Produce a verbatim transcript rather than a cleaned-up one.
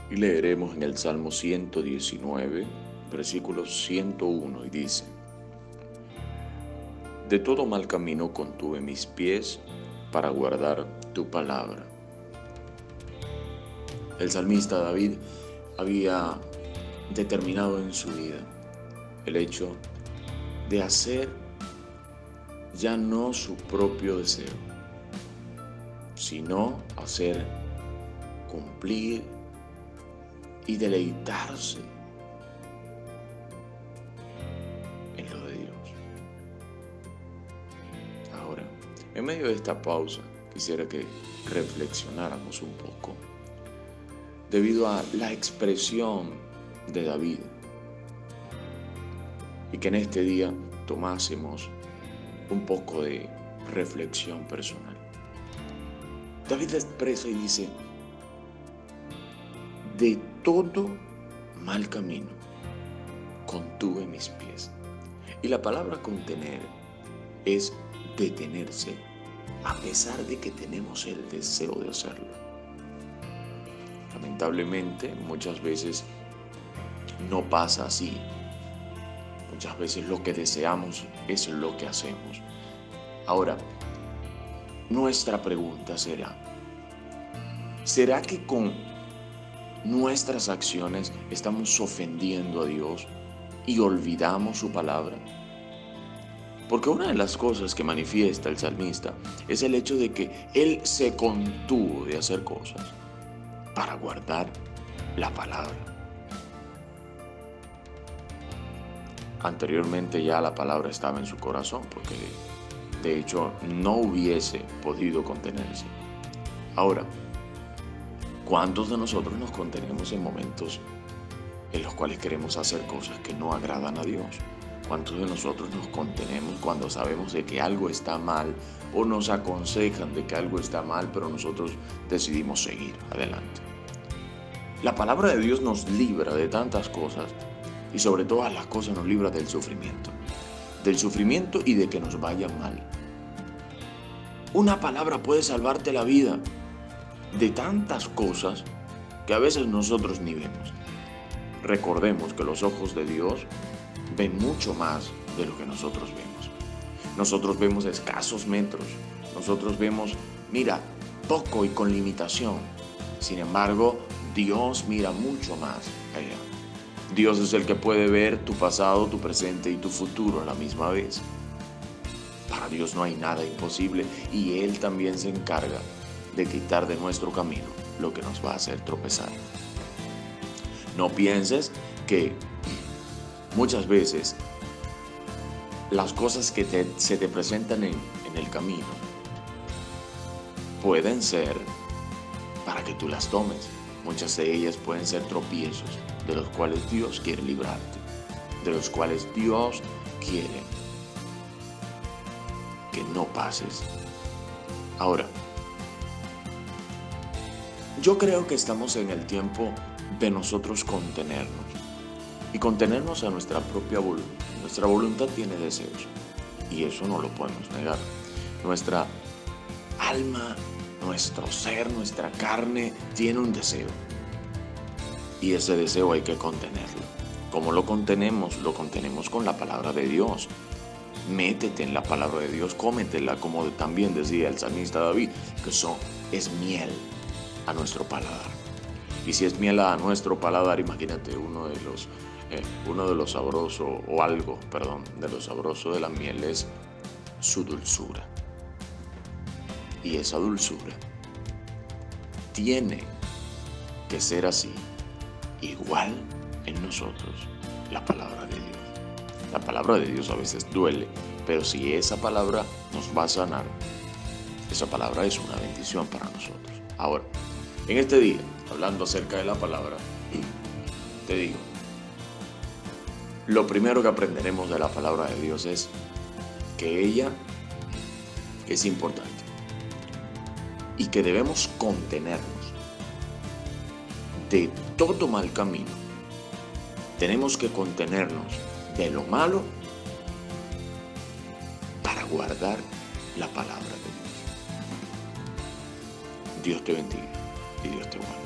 Y leeremos en el Salmo ciento diecinueve, versículo ciento uno, y dice: De todo mal camino contuve mis pies para guardar tu palabra. El salmista David había determinado en su vida el hecho de hacer ya no su propio deseo, sino hacer cumplir y deleitarse en lo de Dios. Ahora, en medio de esta pausa, quisiera que reflexionáramos un poco, debido a la expresión de David, y que en este día tomásemos un poco de reflexión personal. David expresa y dice: de todo mal camino contuve mis pies. Y la palabra contener es detenerse, a pesar de que tenemos el deseo de hacerlo. Lamentablemente, muchas veces no pasa así. Muchas veces lo que deseamos es lo que hacemos. Ahora, nuestra pregunta será: ¿será que con nuestras acciones estamos ofendiendo a Dios y olvidamos su palabra? Porque una de las cosas que manifiesta el salmista es el hecho de que él se contuvo de hacer cosas para guardar la palabra. Anteriormente ya la palabra estaba en su corazón, porque de hecho no hubiese podido contenerse. Ahora, ¿cuántos de nosotros nos contenemos en momentos en los cuales queremos hacer cosas que no agradan a Dios? ¿Cuántos de nosotros nos contenemos cuando sabemos de que algo está mal o nos aconsejan de que algo está mal, pero nosotros decidimos seguir adelante? La palabra de Dios nos libra de tantas cosas, y sobre todas las cosas nos libra del sufrimiento. Del sufrimiento y de que nos vaya mal. Una palabra puede salvarte la vida de tantas cosas que a veces nosotros ni vemos. Recordemos que los ojos de Dios ven mucho más de lo que nosotros vemos. Nosotros vemos escasos metros. Nosotros vemos, mira, poco y con limitación. Sin embargo, Dios mira mucho más allá. Dios es el que puede ver tu pasado, tu presente y tu futuro a la misma vez. Para Dios no hay nada imposible, y Él también se encarga de quitar de nuestro camino lo que nos va a hacer tropezar. No pienses que muchas veces las cosas que te, se te presentan en, en el camino pueden ser para que tú las tomes. Muchas de ellas pueden ser tropiezos de los cuales Dios quiere librarte, de los cuales Dios quiere que no pases. Ahora, yo creo que estamos en el tiempo de nosotros contenernos y contenernos a nuestra propia voluntad. Nuestra voluntad tiene deseos y eso no lo podemos negar. Nuestra alma, nuestro ser, nuestra carne tiene un deseo, y ese deseo hay que contenerlo. ¿Cómo lo contenemos? Lo contenemos con la palabra de Dios. Métete en la palabra de Dios, cómetela, como también decía el salmista David, que eso es miel a nuestro paladar. Y si es miel a nuestro paladar, imagínate uno de los, eh, uno de los sabrosos, o algo, perdón, de lo sabroso de la miel es su dulzura. Y esa dulzura tiene que ser así, igual en nosotros, la palabra de Dios. La palabra de Dios a veces duele, pero si esa palabra nos va a sanar, esa palabra es una bendición para nosotros. Ahora, en este día, hablando acerca de la palabra, te digo, lo primero que aprenderemos de la palabra de Dios es que ella es importante y que debemos contenernos de todo mal camino. Tenemos que contenernos de lo malo para guardar la palabra de Dios. Dios te bendiga y Dios te guarde.